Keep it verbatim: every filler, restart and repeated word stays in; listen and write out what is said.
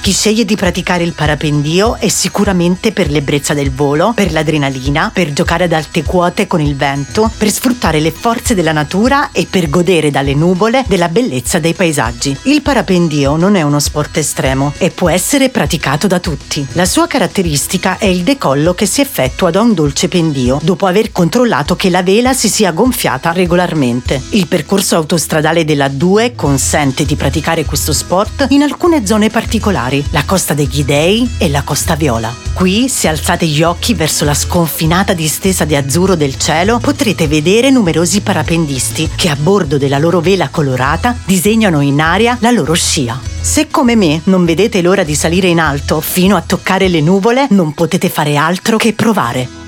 Chi sceglie di praticare il parapendio è sicuramente per l'ebbrezza del volo, per l'adrenalina, per giocare ad alte quote con il vento, per sfruttare le forze della natura e per godere dalle nuvole della bellezza dei paesaggi. Il parapendio non è uno sport estremo e può essere praticato da tutti. La sua caratteristica è il decollo che si effettua da un dolce pendio dopo aver controllato che la vela si sia gonfiata regolarmente. Il percorso autostradale della A due consente di praticare questo sport in alcune zone particolari, la Costa dei Ghidei e la Costa Viola. Qui, se alzate gli occhi verso la sconfinata distesa di azzurro del cielo, potrete vedere numerosi parapendisti che a bordo della loro vela colorata disegnano in aria la loro scia. Se come me non vedete l'ora di salire in alto fino a toccare le nuvole, non potete fare altro che provare.